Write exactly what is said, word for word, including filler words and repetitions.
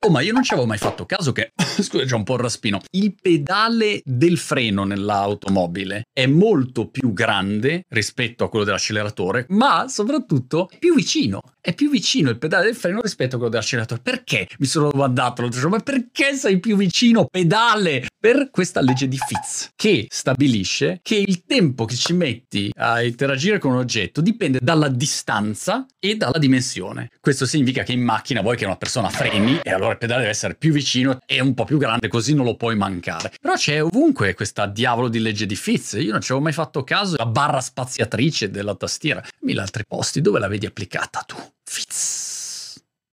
Oh, ma io non ci avevo mai fatto caso che, scusa, c'è un po' il raspino, il pedale del freno nell'automobile è molto più grande rispetto a quello dell'acceleratore, ma soprattutto è più vicino, è più vicino il pedale del freno rispetto a quello dell'acceleratore. Perché? Mi sono domandato l'altro giorno, ma perché sei più vicino pedale? Per questa legge di Fiz, che stabilisce che il tempo che ci metti a interagire con un oggetto dipende dalla distanza e dalla dimensione. Questo significa che in macchina vuoi che una persona freni e allora il pedale deve essere più vicino e un po' più grande, così non lo puoi mancare. Però c'è ovunque questa diavolo di legge di Fiz. Io non ci avevo mai fatto caso. La barra spaziatrice della tastiera, mille altri posti, dove la vedi applicata tu? Fiz.